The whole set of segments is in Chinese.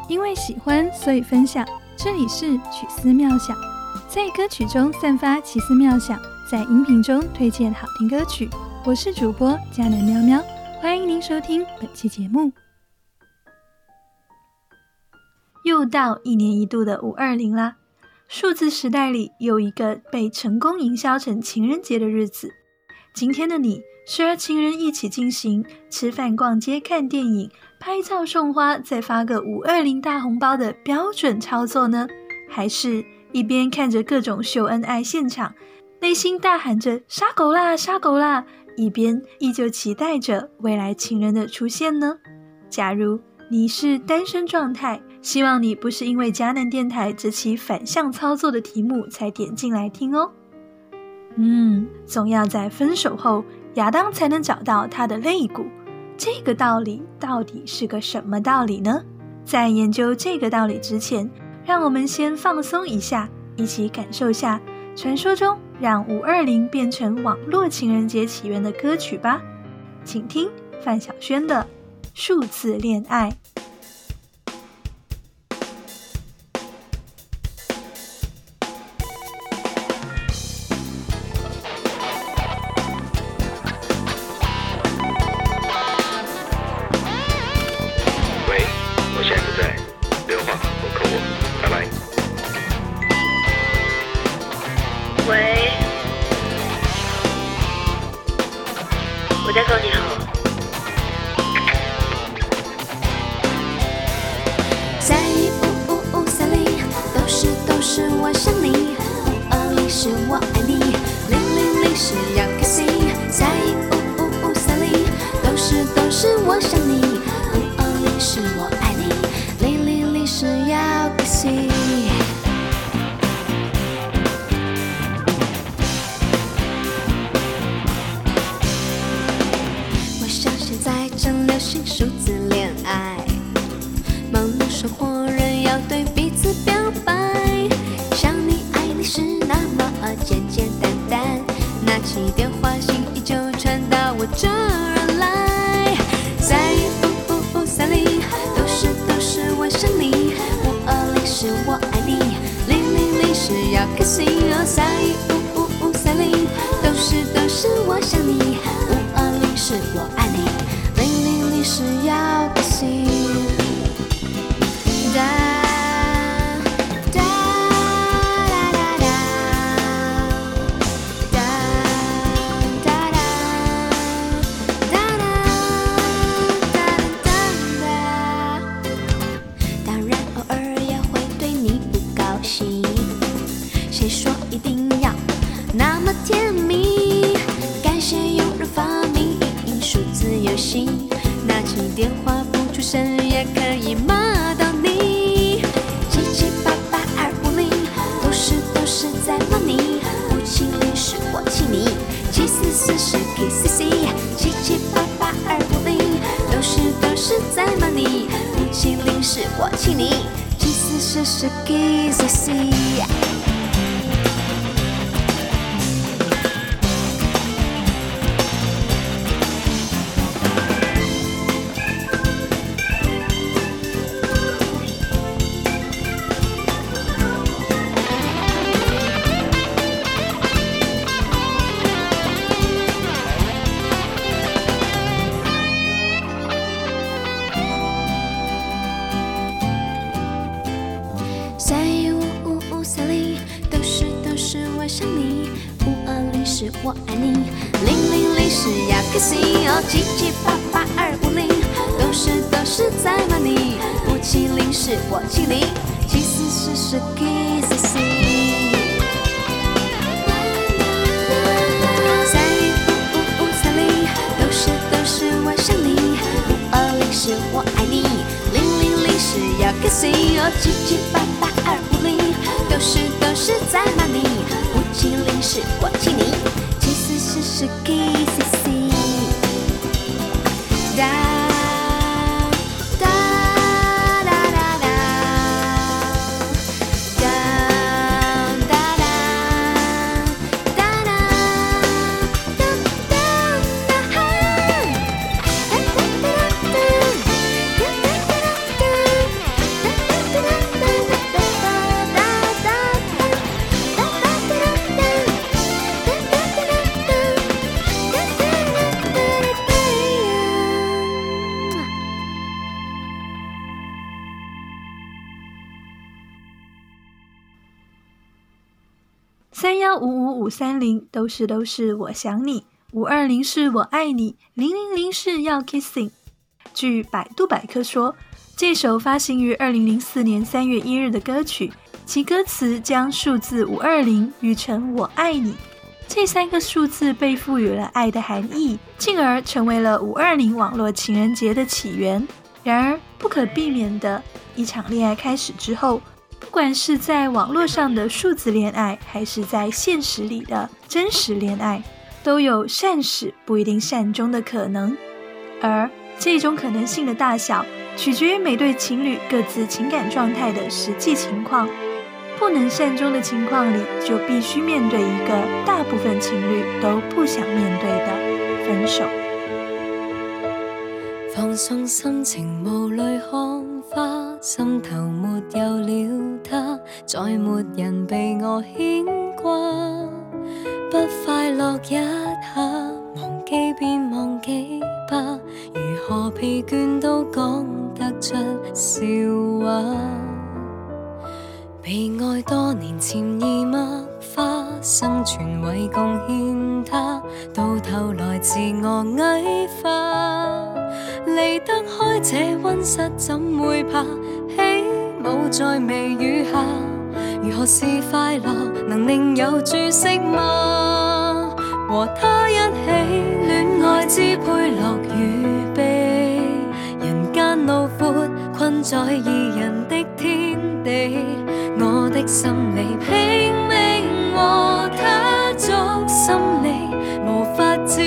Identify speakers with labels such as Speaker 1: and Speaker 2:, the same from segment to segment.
Speaker 1: 因为喜欢，所以分享。这里是曲思妙想，在歌曲中散发奇思妙想，在音频中推荐好听歌曲。我是主播嘉南喵喵，欢迎您收听本期节目。又到1年1度的520啦，数字时代里有一个被成功营销成情人节的日子。今天的你是和情人一起进行吃饭、逛街、看电影、拍照送花，再发个520大红包的标准操作呢？还是一边看着各种秀恩爱现场，内心大喊着杀狗啦杀狗啦，一边依旧期待着未来情人的出现呢？假如你是单身状态，希望你不是因为迦南电台这期反向操作的题目才点进来听哦。总要在分手后，亚当才能找到他的肋骨。这个道理到底是个什么道理呢？在研究这个道理之前，让我们先放松一下，一起感受下传说中让520变成网络情人节起源的歌曲吧。请听范晓萱的《数字恋爱》。
Speaker 2: 我在说你好。
Speaker 3: 355530都是我想你，520是我爱你，000是要开心，355530都是我想你，520是我爱你，000是要开心。正流行数字恋爱，忙碌生活人要对彼此表白，想你爱你是那么简简单单，拿起电话心意就传到我这儿来。355530都是我想你，520是我爱你，000是要开心，355530都是我想你，520是我爱你。是要开心，哒哒哒哒哒哒哒哒哒哒。当然偶尔也会对你不高兴，谁说一定要那么甜蜜？感谢有人发明数字游戏。拿起电话不出声也可以骂到你，7788250都是在骂你，570是我气你，744是 KCC， 7788250都是在骂你，570是我气你，744是 KCC。355530都是我想你，520是我爱你，000是要开心，7788250都是在骂你，570是我气你，744是 KCC。355530都是我想你，520是我爱你，000是要开心，7788250都是在骂你，570是我气你，744是 KCC。哒哒哒哒哒哒哒哒哒哒哒。
Speaker 1: ，3155530都是我想你，520是我爱你，000是要 kissing。据百度百科说，这首发行于2004年3月1日的歌曲，其歌词将数字520喻成我爱你，这3个数字被赋予了爱的含义，进而成为了520网络情人节的起源。然而不可避免的，一场恋爱开始之后，不管是在网络上的数字恋爱，还是在现实里的真实恋爱，都有善始不一定善终的可能，而这种可能性的大小取决于每对情侣各自情感状态的实际情况。不能善终的情况里，就必须面对一个大部分情侣都不想面对的分手。
Speaker 3: 放鬆心情，無淚看花，心頭沒有了他，再沒人被我牽掛。不快樂一下，忘記便忘記吧，如何疲倦都講得出笑話。被愛多年潛移默化，生存為貢獻他，到頭來自我矮化。離得開這溫室怎會怕？起舞在微雨下，如何是快樂？能另有注釋嗎？和他一起戀愛支配樂與悲，人間路闊，困在二人的天地。我的心理拼命和他捉心理，無法子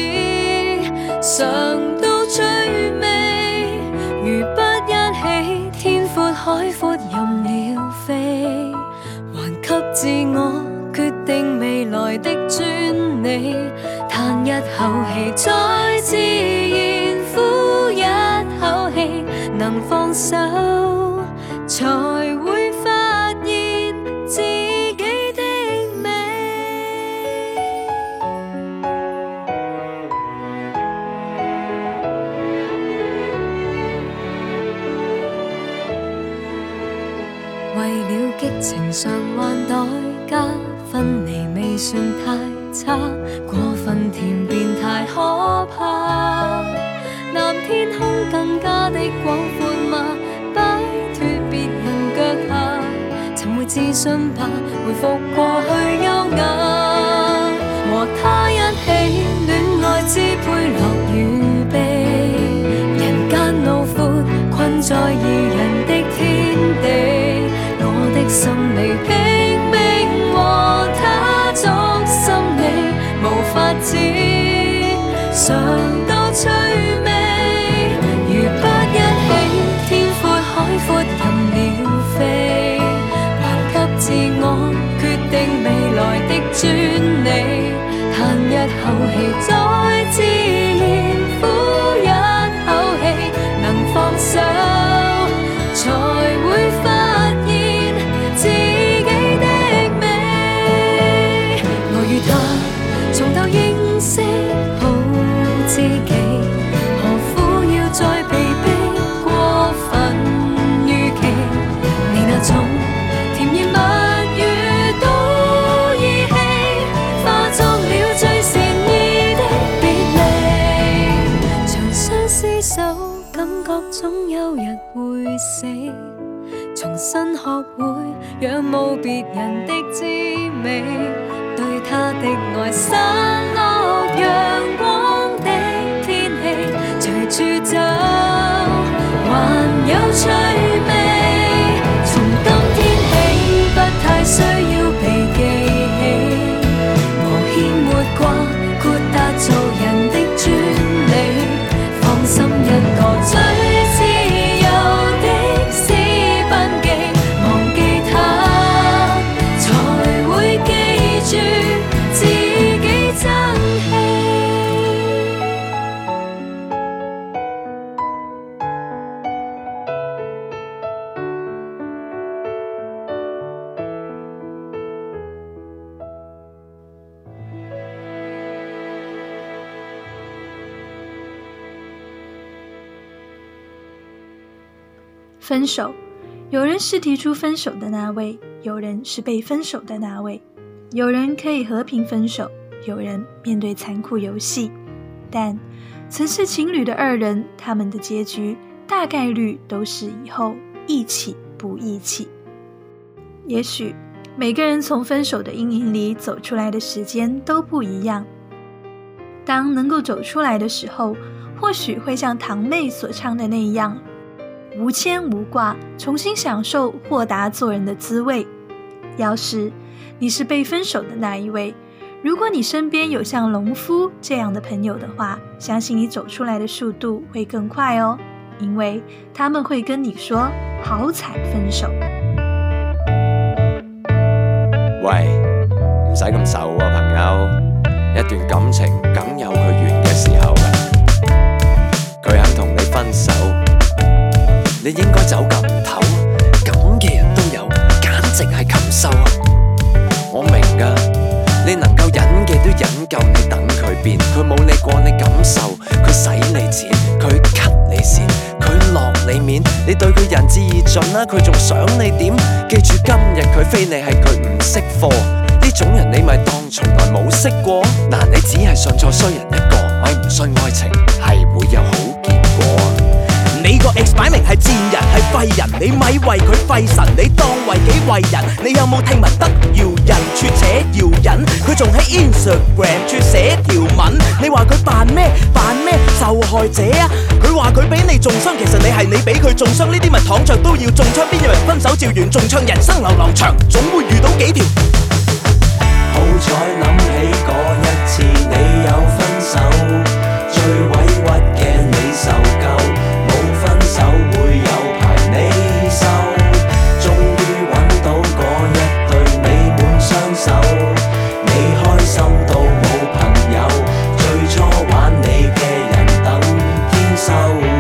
Speaker 3: 嘗到趣味。如不一起，天闊海闊任了飛，還給自我決定未來的專利。嘆一口氣，再自然呼一口氣，能放手才會發現自己的美。為了激情償還代價，分離未算太差，過分甜便太可怕。藍天空更加的廣闊嗎？擺脫別人腳下，尋回自信吧，回復過去優雅。和他一起戀愛支配樂與悲，人間路闊，困在二人的天地。我的心理拼命和他捉心理，無法子嘗到趣味。如不一起，天闊海闊任了飛，還給自我決定未來的專利。嘆一口氣，再自然呼一口氣，能放手才會發現自己的美。我與他從頭認識好知己，何苦要再被逼過分預期？你那種甜言蜜語都依稀，化作了最善意的別離。長相廝守，感覺總有日會死，重新學會仰慕別人的滋味，對他的愛散落陽光的天氣，隨處走還有趣味。從今天起不太需要被記起，無牽沒掛，豁達做人的專利。放心一個最自由的私奔記，忘記他才會記住自己爭氣。
Speaker 1: 分手，有人是提出分手的那位，有人是被分手的那位。 有人可以和平分手，有人面对残酷游戏，但曾是情侣的二人，他们的结局大概率都是以后一起不一起。也许每个人从分手的阴影里走出来的时间都不一样，当能够走出来的时候，或许会像堂妹所唱的那样，无牵无挂，重新享受豁达做人的滋味。要是你是被分手的那一位，如果你身边有像农夫这样的朋友的话，相信你走出来的速度会更快哦，因为他们会跟你说好彩分手。
Speaker 2: 喂，唔使咁愁啊朋友，一段感情梗有佢完嘅時候嘅。佢肯同你分手，你應該走咁頭，咁嘅人都有，簡直係禽獸啊！我明㗎，你能夠忍嘅都忍夠，你等佢變，佢冇理過你感受，佢使你錢，佢 cut 你線，佢落你面，你對佢仁至義盡啦，佢仲想你點？記住今日佢飛你係佢唔識貨，呢種人你咪當從來冇識過。嗱，你只係信錯衰人一個，咪唔信愛情係會有好結果。
Speaker 4: 你個 ex 擺明係賤人係廢人，你咪為佢費神，你當為己為人。你有冇聽聞得饒人處且饒人？佢仲喺 Instagram 處寫條文，你話佢扮咩受害者啊？佢話佢俾你中傷，其實你係你俾佢中傷，呢啲咪躺着都要中槍，邊有人分手照完中槍？人生流流長，總會遇到幾條。
Speaker 5: 好彩諗起嗰一次你有分手，最委屈嘅你受夠，冇分手會有排你受，終於揾到嗰一對美滿雙手，你開心到冇朋友，最初玩你嘅人等天收。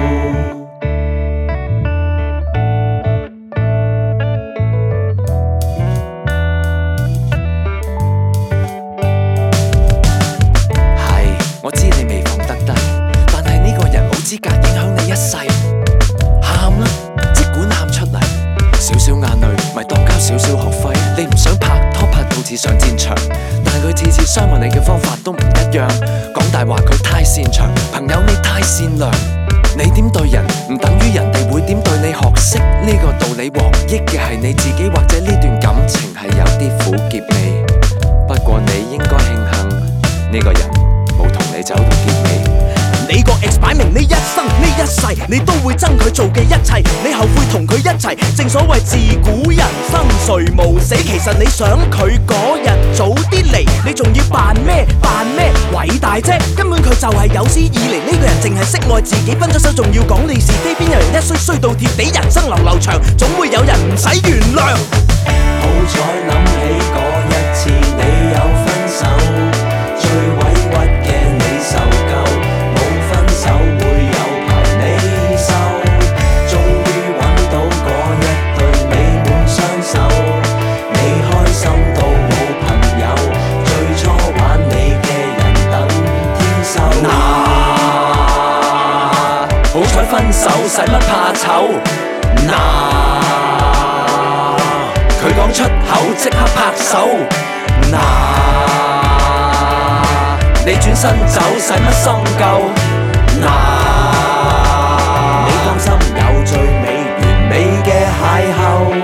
Speaker 2: 我知你未放得低，但係呢個人冇資格影響你一世。喊啦，即管喊出嚟，少少眼淚咪當交少少學費。你唔想拍拖拍到似上戰場，但佢次次傷害你嘅方法都唔一樣。講大話佢太擅長，朋友你太善良。你點對人唔等於人哋會點對你，學識呢個道理，獲益嘅係你自己，或者呢段感情係有啲苦澀味。不過你應該慶幸呢個人冇同你走到結尾。
Speaker 4: 你個 ex 擺明呢一生呢一世，你都會憎佢做嘅一切，你後悔同佢一齊。正所謂自古人生誰無死，其實你想佢嗰日早啲嚟，你仲要扮咩偉大啫？根本佢就係有史以嚟呢個人淨係識愛自己，分咗手仲要講你是非，邊有人一衰到貼地？人生流流長，總會有人唔使原諒。
Speaker 5: 好彩諗起嗰一次你有分手，最委屈嘅你受夠，冇分手會有排你受，終於揾到嗰一對美滿雙手，你開心到冇朋友，最初玩你嘅人等天收。好彩分手使乜怕醜？佢講出口即刻拍手。你轉身走使乜心夠？你放心有最美完美嘅邂逅。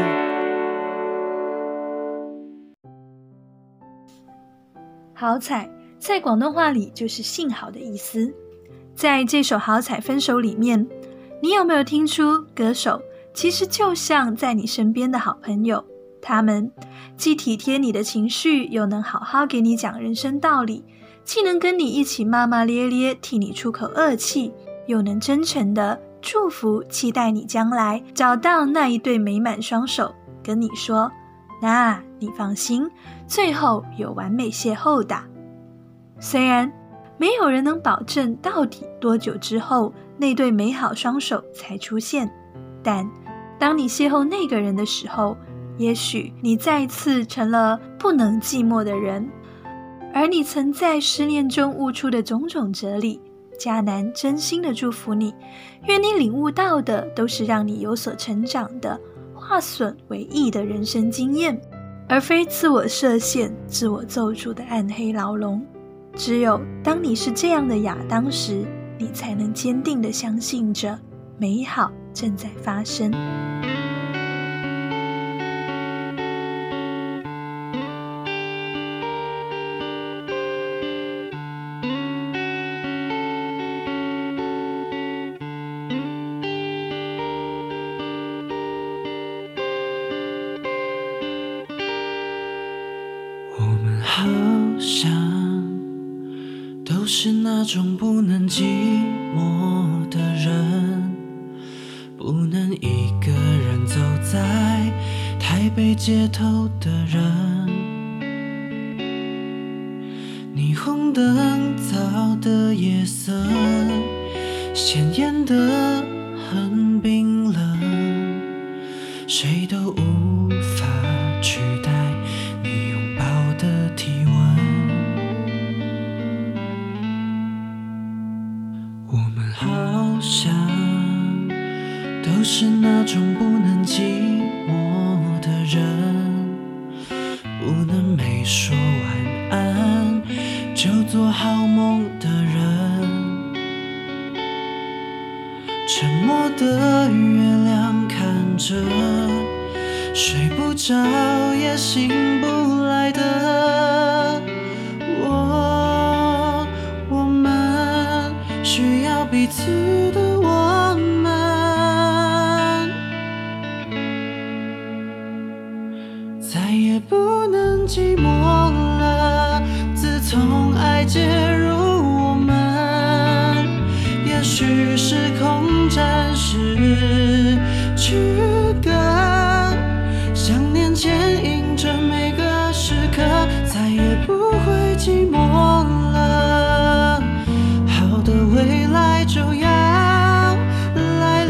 Speaker 1: 好彩在廣東話裡就是幸好的意思。在這首好彩分手裡面，你有沒有聽出歌手其實就像在你身邊的好朋友，他們既體貼你的情緒，又能好好給你講人生道理，既能跟你一起罵罵咧咧，替你出口惡氣，又能真誠的祝福，期待你將來找到那一對美滿雙手，跟你說，那你放心，最後有完美邂逅的。雖然沒有人能保證到底多久之後那對美好雙手才出現，但當你邂逅那個人的時候，也許你再次成了不能寂寞的人。而你曾在失戀中悟出的種種哲理，嘉南真心的祝福你，願你領悟到的都是讓你有所成長的化損為益的人生經驗， 而非自我设限、自我咒诅的暗黑牢笼。只有当你是这样的亚当时，你才能坚定地相信着美好正在发生。
Speaker 5: 我们好像都是那种不能寂寞的人，不能一个人走在台北街头的人。霓虹灯草的夜色鲜艳得很冰冷，谁都无法取代你拥抱的体温。我们好像都是那种不能寂寞的人，不能没说晚安就做好梦的人。沉默的月亮看着睡不着也醒不来的我们需要彼此的我们，再也不能寂寞了。自从爱介入我们，也许时空暂时去更，想念牵引着每个时刻，再也不会寂寞了。好的未来就要来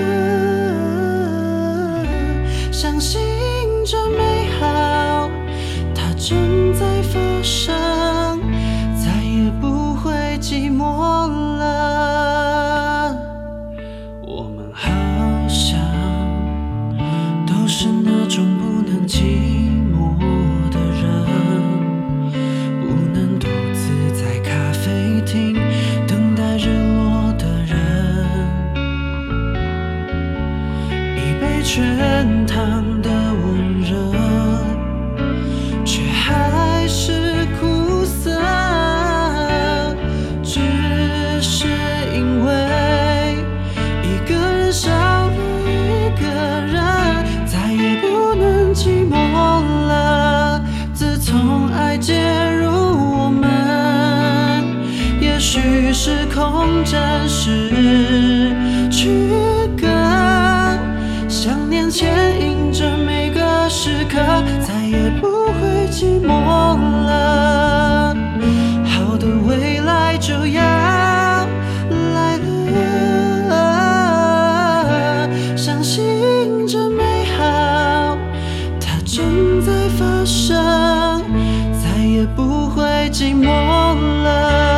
Speaker 5: 了，相信着美好，它正在发生，再也不会寂寞了。我们好像都是那种不能寂寞的人，不能独自在咖啡厅等待日落的人，一杯全糖的温热，却还是苦涩，只是因为一个人少了一个人，再也不能寂寞了。自从爱介入我们，也许时空暂时去更，想念牵引着每个时刻，再也不会寂寞了。好的未来就要来了，相信着美好，它正在发生，再也不会寂寞了。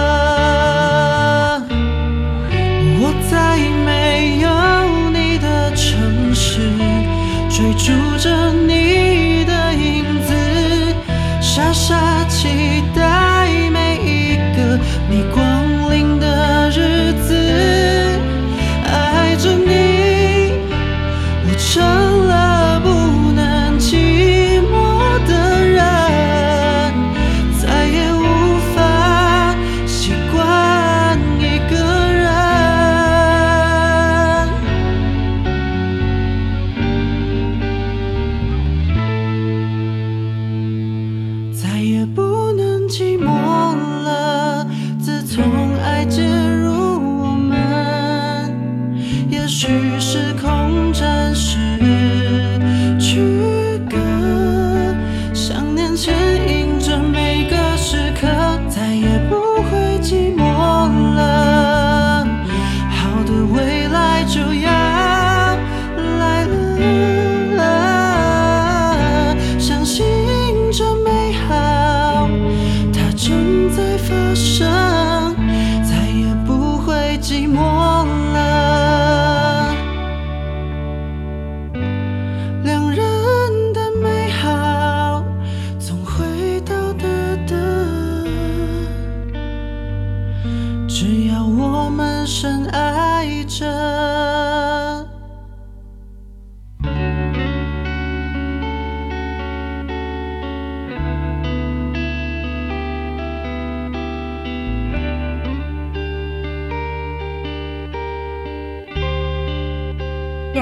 Speaker 5: 我在没有你的城市，追逐着你的影子，傻傻期待每一个你光临的日子。爱着你，我成了不能寂寞的人，再也无法习惯一个人。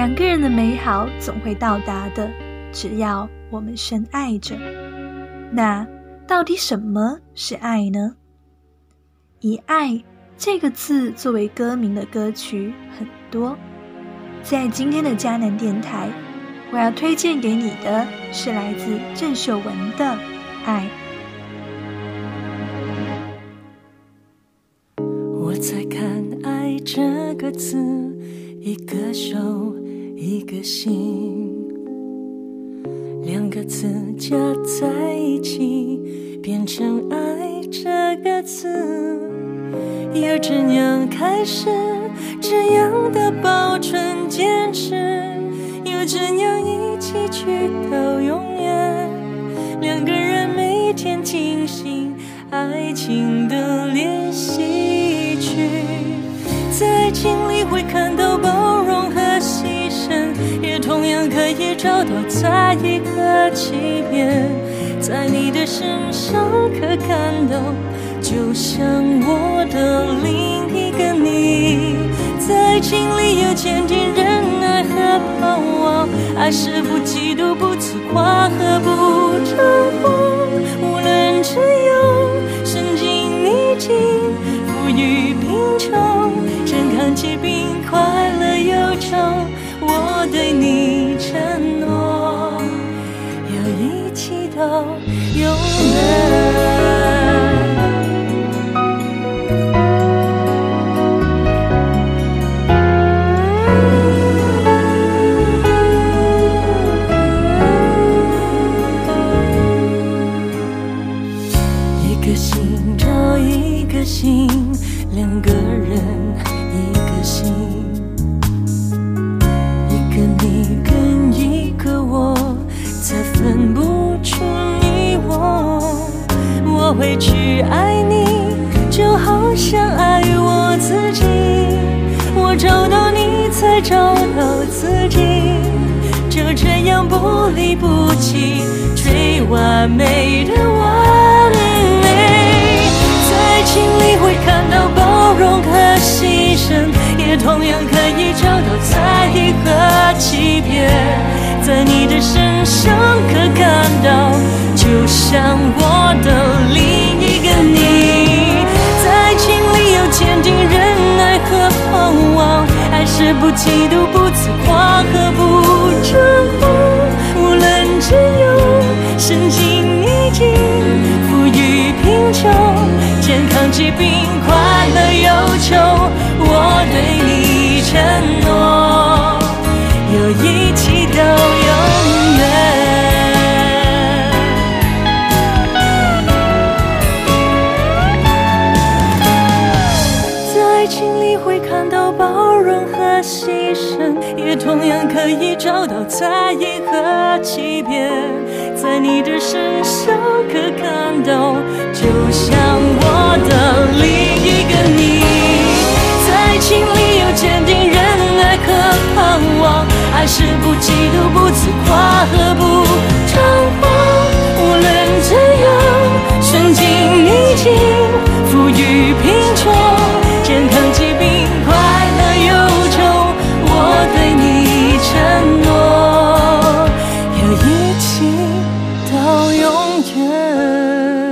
Speaker 1: 两个人的美好总会到达的，只要我们深爱着。那到底什么是爱呢？以爱这个字作为歌名的歌曲很多，在今天的迦南电台，我要推荐给你的是来自郑秀文的《爱》。
Speaker 6: 我在看爱这个字，一个手一个心，两个字加在一起变成爱这个字，又怎样开始，这样的保存坚持，又怎样一起去到永远，两个人每天进行爱情的练习曲，在爱情里会看到包容和牺牲，也同样可以找到在意和欺骗，在你的身上可看到就像我的另一个你，在爱情里有坚定忍耐和盼望，爱是不嫉妒不自夸和不张狂，无论只有身经逆境富裕贫穷，健康疾病快乐忧愁，我对你承诺要一起到永远。心，两个人一个心，一个你跟一个我，才分不出你我。我会去爱你，就好像爱我自己，我找到你才找到自己，就这样不离不弃，最完美的完美。爱情里会看到包容和牺牲，也同样可以找到在意和欺骗，在你的身上可看到就像我的另一个你，在爱情里有坚定忍耐和盼望，爱是不嫉妒不自夸和不张狂，无论只有身经逆境富裕贫穷，健康疾病快乐忧愁，我对你承诺要一起到永远。在爱情里会看到包容和牺牲，也同样可以找到在意和欺骗，在你的身上可看到就像我的另一个你，在爱情里有坚定忍耐和盼望，爱是不嫉妒不自夸和不张狂，无论怎样顺境逆境富裕贫穷，健康疾病快乐忧愁，我对你承诺要一起到永远。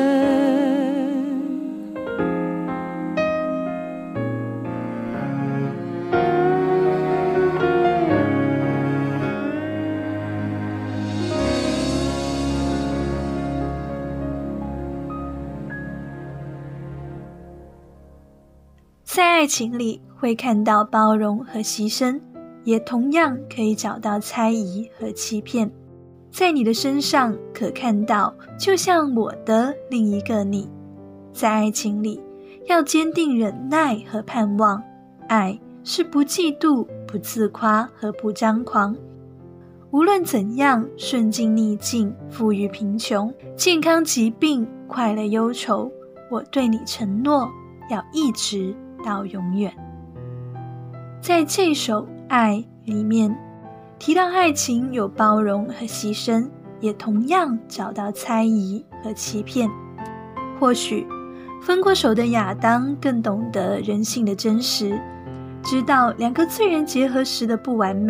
Speaker 1: 在爱情里会看到包容和牺牲，也同样可以找到猜疑和欺骗，在你的身上可看到就像我的另一个你。在爱情里要坚定忍耐和盼望，爱是不嫉妒不自夸和不张狂，无论怎样顺境逆境富裕贫穷，健康疾病快乐忧愁，我对你承诺要一直到永远。在这首《爱》里面提到爱情有包容和牺牲，也同样找到猜疑和欺骗。或许分过手的亚当更懂得人性的真实，知道两个罪人结合时的不完美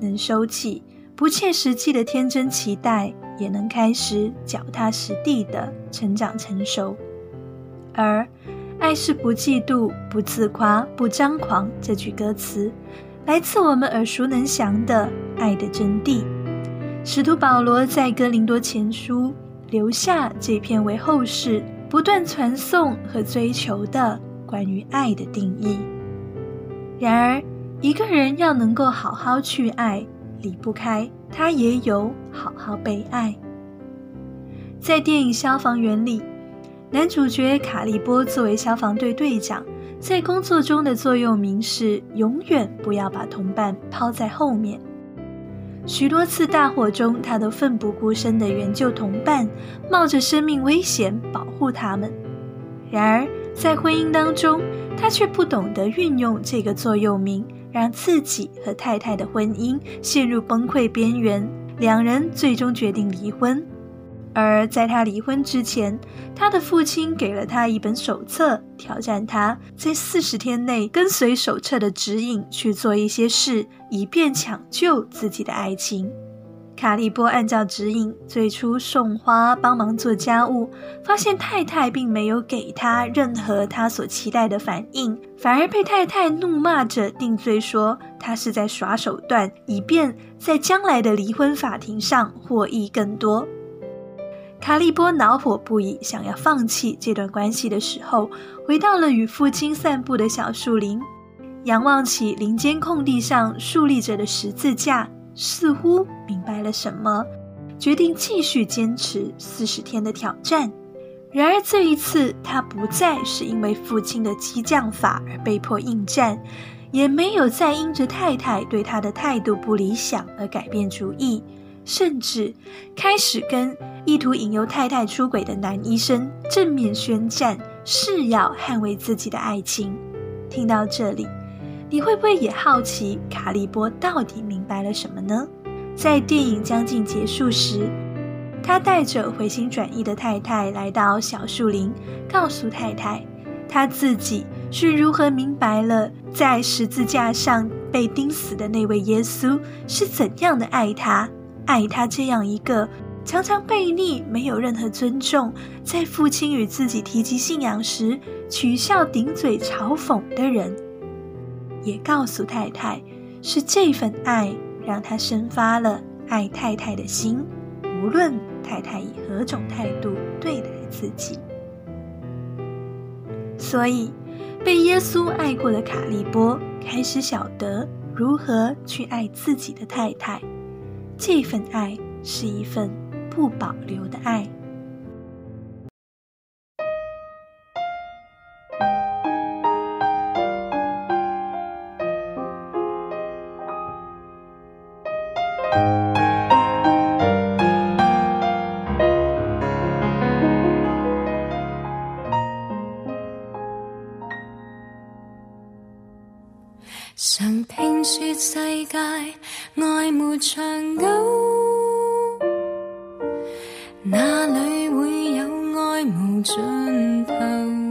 Speaker 1: 能收起不切实际的天真期待，也能开始脚踏实地的成长成熟。而爱是不嫉妒、不自夸、不张狂这句歌词，来自我们耳熟能详的爱的真谛。使徒保罗在哥林多前书留下这篇为后世不断传颂和追求的关于爱的定义。然而，一个人要能够好好去爱，离不开他也有好好被爱。在电影《消防员》里，男主角卡利波作为消防队队长，在工作中的座右铭是永远不要把同伴抛在后面。许多次大火中，他都奋不顾身地援救同伴，冒着生命危险保护他们。然而，在婚姻当中，他却不懂得运用这个座右铭，让自己和太太的婚姻陷入崩溃边缘，两人最终决定离婚。而在他离婚之前，他的父亲给了他一本手册，挑战他在40天内跟随手册的指引去做一些事，以便抢救自己的爱情。卡利波按照指引，最初送花，帮忙做家务，发现太太并没有给他任何他所期待的反应，反而被太太怒骂着定罪，说他是在耍手段，以便在将来的离婚法庭上获益更多。卡利波恼火不已，想要放弃这段关系的时候，回到了与父亲散步的小树林，仰望起林间空地上竖立着的十字架，似乎明白了什么，决定继续坚持40天的挑战。然而这一次，他不再是因为父亲的激将法而被迫应战，也没有再因着太太对他的态度不理想而改变主意，甚至开始跟意图引诱太太出轨的男医生正面宣战，誓要捍卫自己的爱情。听到这里，你会不会也好奇卡利波到底明白了什么呢？在电影将近结束时，他带着回心转意的太太来到小树林，告诉太太他自己是如何明白了在十字架上被钉死的那位耶稣是怎样的爱他这样一个常常背逆、没有任何尊重，在父亲与自己提及信仰时取笑顶嘴嘲讽的人。也告诉太太，是这份爱让他生发了爱太太的心，无论太太以何种态度对待自己。所以被耶稣爱过的卡利波开始晓得如何去爱自己的太太，这份爱是一份不保留的爱。
Speaker 6: 常聽說世界愛沒長久，哪裏會有愛無盡頭？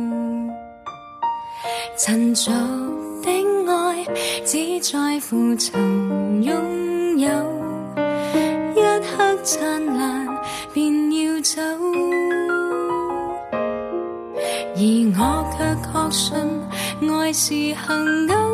Speaker 6: 塵俗的愛只在乎曾擁有，一刻燦爛便要走，而我卻確信愛是恒久。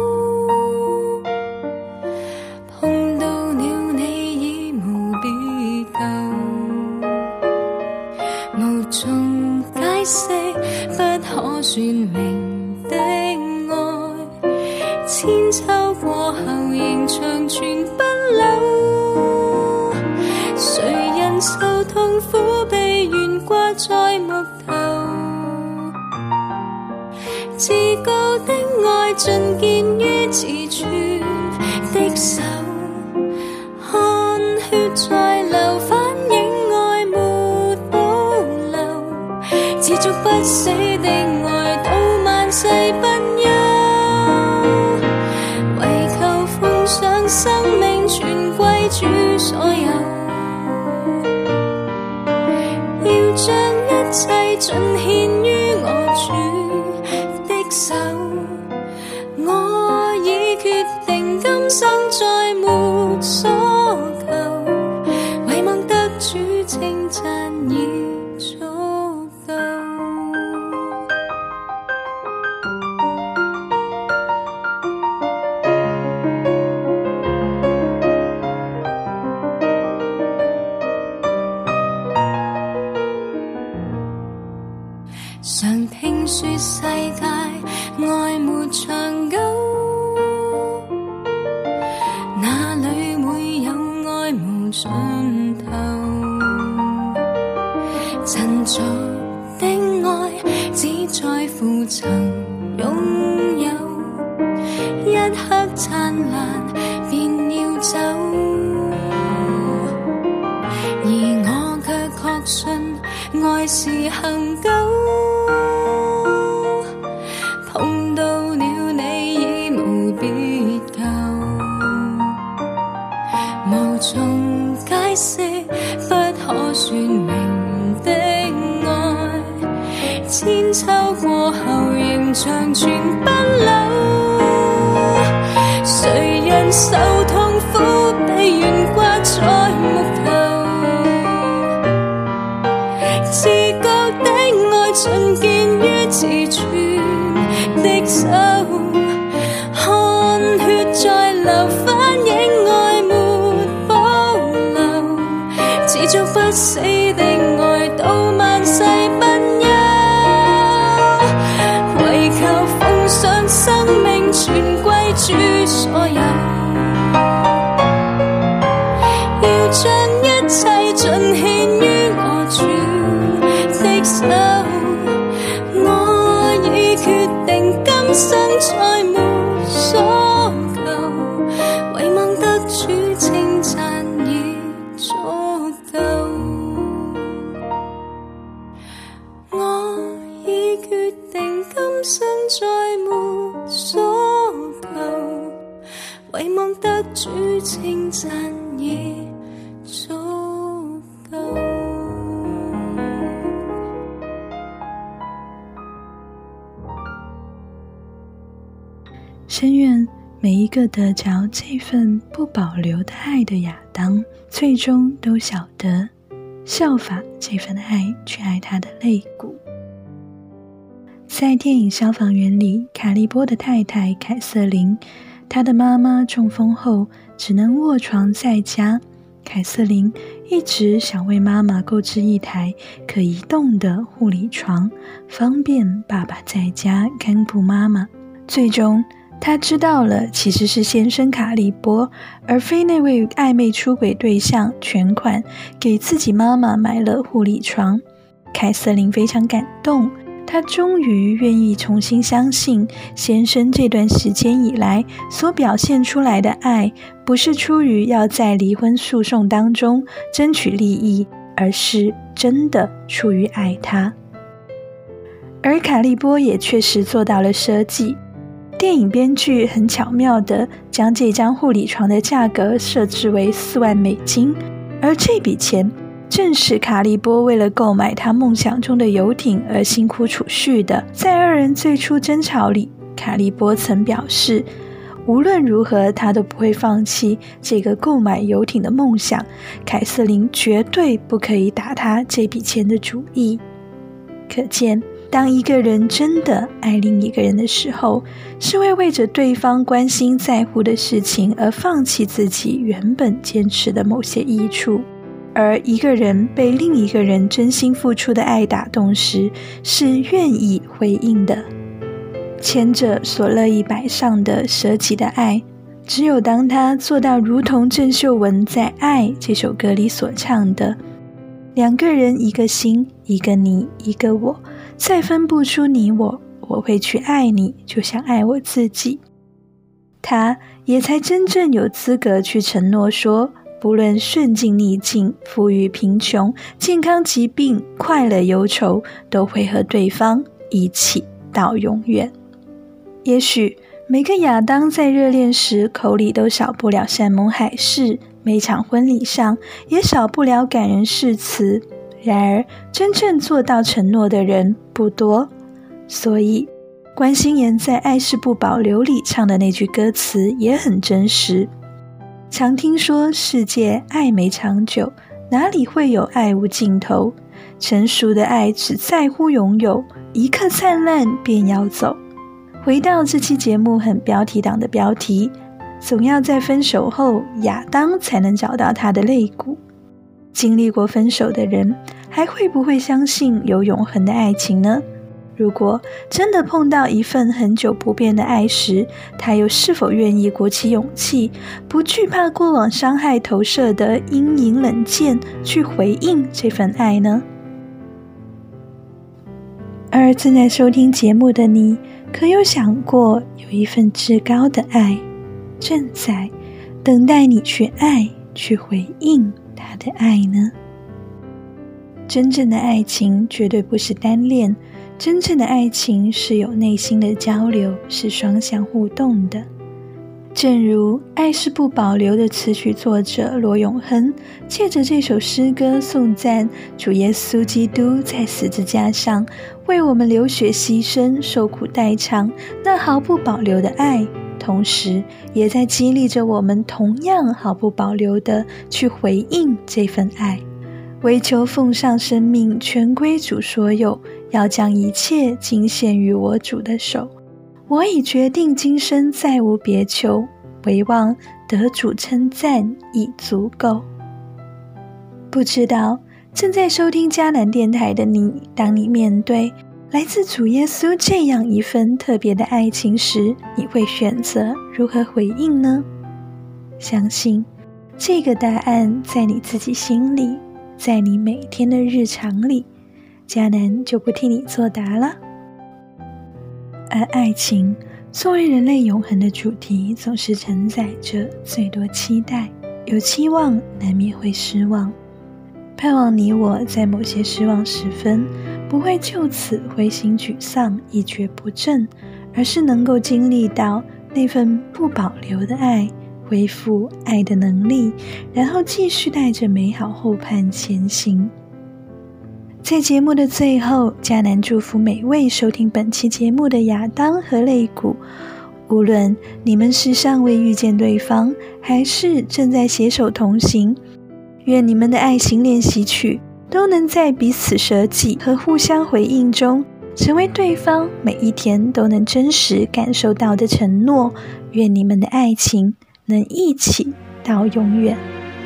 Speaker 6: 說明的愛，千秋過後仍長存不朽。誰人受痛苦被懸掛在木頭？至高的愛盡見於刺穿的手，汗血在流，反映愛沒保留，持續不死的愛世不休，為求奉上生命全歸主所有，要將一切盡獻於我主的手。我已決定今生再沒所
Speaker 3: 說世界愛沒長久，哪裏會有愛無盡頭？陳俗的愛只在乎曾擁有，一刻燦爛便要走，而我卻確信愛是恆久。碰到了你已無別舊，無從解釋不可說明的愛，千秋過後仍長存不朽。誰人受痛苦被懸掛在木頭，自覺的愛盡見於自存的手，汗血在流，反映愛沒保留，持續不死的愛到萬世不休，為求奉上生命全歸主所有，要將一切盡獻於我主的手，我已決定今生再沒所求，唯望得主稱讚已足夠。我已決定今生再沒所求，唯望得主稱讚已足夠。
Speaker 1: 深愿每一个得着这份不保留的爱的亚当，最终都晓得效法这份爱，去爱他的肋骨。在电影《消防员》里，卡利波的太太凯瑟琳，她的妈妈中风后只能卧床在家，凯瑟琳一直想为妈妈购置一台可移动的护理床，方便爸爸在家看顾妈妈。最终他知道了其实是先生卡利波，而非那位暧昧出轨对象全款给自己妈妈买了护理床。凯瑟琳非常感动，她终于愿意重新相信先生这段时间以来所表现出来的爱，不是出于要在离婚诉讼当中争取利益，而是真的出于爱他。而卡利波也确实做到了设计，电影编剧很巧妙地将这张护理床的价格设置为4万美金，而这笔钱正是卡利波为了购买他梦想中的游艇而辛苦储蓄的。在二人最初争吵里，卡利波曾表示无论如何他都不会放弃这个购买游艇的梦想，凯瑟琳绝对不可以打他这笔钱的主意。可见当一个人真的爱另一个人的时候，是会为着对方关心在乎的事情而放弃自己原本坚持的某些益处。而一个人被另一个人真心付出的爱打动时，是愿意回应的。前者所乐意摆上的舍己的爱，只有当他做到如同郑秀文在《爱》这首歌里所唱的，两个人一个心，一个你，一个我，再分不出你我，我会去爱你，就像爱我自己。他也才真正有资格去承诺说，不论顺境逆境，富裕贫穷，健康疾病，快乐忧愁，都会和对方一起到永远。也许每个亚当在热恋时口里都少不了山盟海誓，每场婚礼上也少不了感人誓词，然而真正做到承诺的人不多。所以关心妍在《爱是不保留》里唱的那句歌词也很真实。常听说世界爱没长久，哪里会有爱无尽头？成熟的爱只在乎拥有，一刻灿烂便要走。回到这期节目很标题党的标题，总要在分手后亚当才能找到他的肋骨。经历过分手的人还会不会相信有永恒的爱情呢？ 如果真的碰到一份很久不变的爱时，他又是否愿意鼓起勇气，不惧怕过往伤害投射的阴影冷箭，去回应这份爱呢？而正在收听节目的你，可有想过有一份至高的爱，正在等待你去爱，去回应他的爱呢？真正的爱情绝对不是单恋，真正的爱情是有内心的交流，是双向互动的。正如《爱是不保留》的词曲作者罗永亨借着这首诗歌颂赞主耶稣基督在十字架上为我们流血牺牲，受苦代偿，那毫不保留的爱，同时也在激励着我们同样毫不保留地去回应这份爱，唯求奉上生命，全归主所有，要将一切尽献于我主的手。我已决定今生再无别求，唯望得主称赞已足够。不知道正在收听迦南电台的你，当你面对来自主耶稣这样一份特别的爱情时，你会选择如何回应呢？相信这个答案在你自己心里，在你每天的日常里，迦南就不替你作答了。而爱情作为人类永恒的主题，总是承载着最多期待，有期望难免会失望。盼望你我在某些失望时分，不会就此灰心沮丧，一蹶不振，而是能够经历到那份不保留的爱，恢复爱的能力，然后继续带着美好后盼前行。在节目的最后，迦南祝福每位收听本期节目的亚当和肋骨，无论你们是尚未遇见对方，还是正在携手同行，愿你们的爱情练习曲都能在彼此舍己和互相回应中，成为对方每一天都能真实感受到的承诺。愿你们的爱情能一起到永远。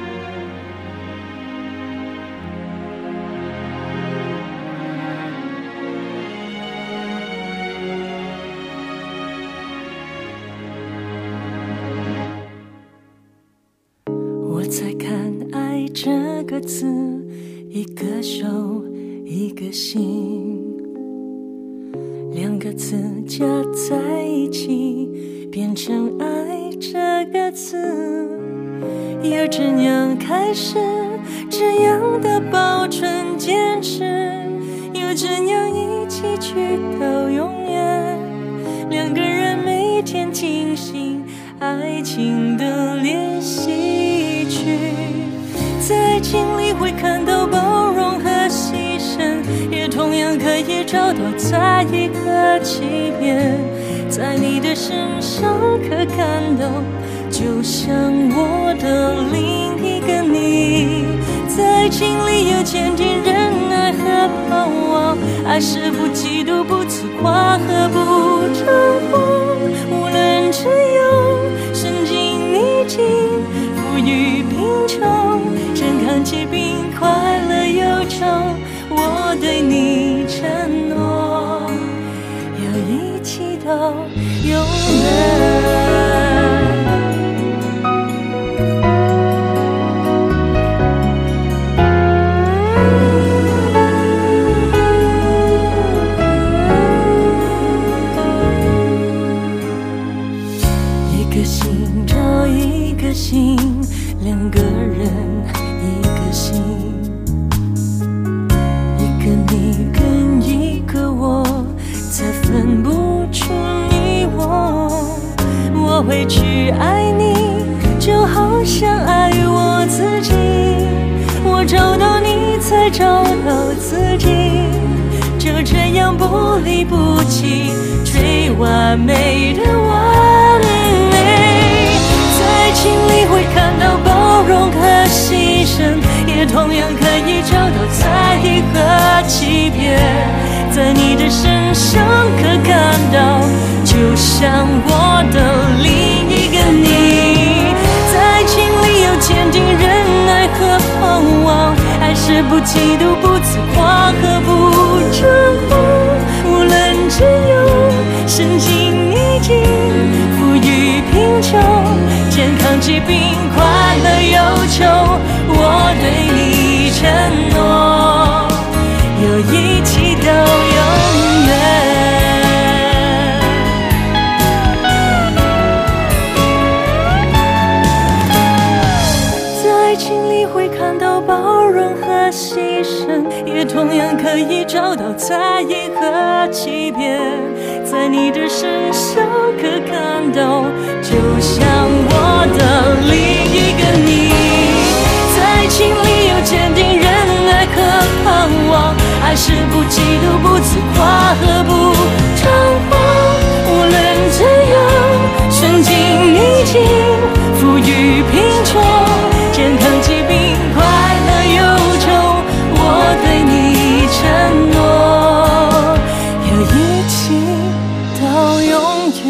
Speaker 6: 我在看爱这个字，一个手一个心，两个字加在一起变成爱这个字。又怎样开始，怎样的保存坚持，又怎样一起去到永远。两个人每天进行爱情的练习曲，在爱情里会看到包容和牺牲，也同样可以找到在意和欺骗。在你的身上可看到，就像我的另一个你。在爱情里有坚定忍耐和盼望，爱是不嫉妒不自夸和不张狂。无论只有顺境逆境，富裕贫穷，健康疾病，快乐忧愁，我对你承诺，要一起到永远。一个心找一个心，两个人一个心，一个你跟一个我，再分不出你我。我会去爱你，就好像爱我自己。我找到你，才找到自己，就这样不离不弃，最完美的完美。在爱情里会看到包容和牺牲，也同样可以找到在意和欺骗。在你的身上可看到，就像我的另一个你。在爱情里有坚定忍耐和盼望，爱是不嫉妒不自夸和不张狂。无论对你承诺，有一起到永远。在爱情里会看到包容和牺牲，也同样可以找到在意和欺骗，在你的身上可看到，就像我的另一个你。在爱情里有坚定忍耐和盼望，爱是不嫉妒不自夸和不张狂，无论怎样顺境逆境富裕贫穷，健康疾病快乐忧愁，我对你承诺，要一起到永远。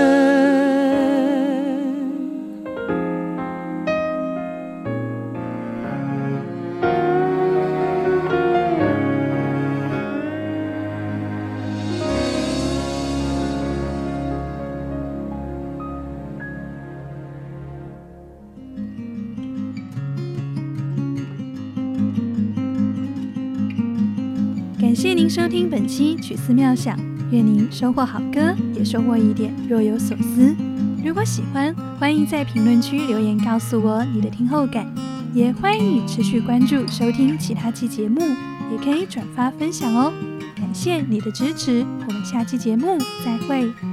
Speaker 1: 感谢您收听本期曲思妙想，愿您收获好歌，也收获一点若有所思。如果喜欢，欢迎在评论区留言告诉我你的听后感，也欢迎你持续关注收听其他期节目，也可以转发分享哦。感谢你的支持，我们下期节目再会。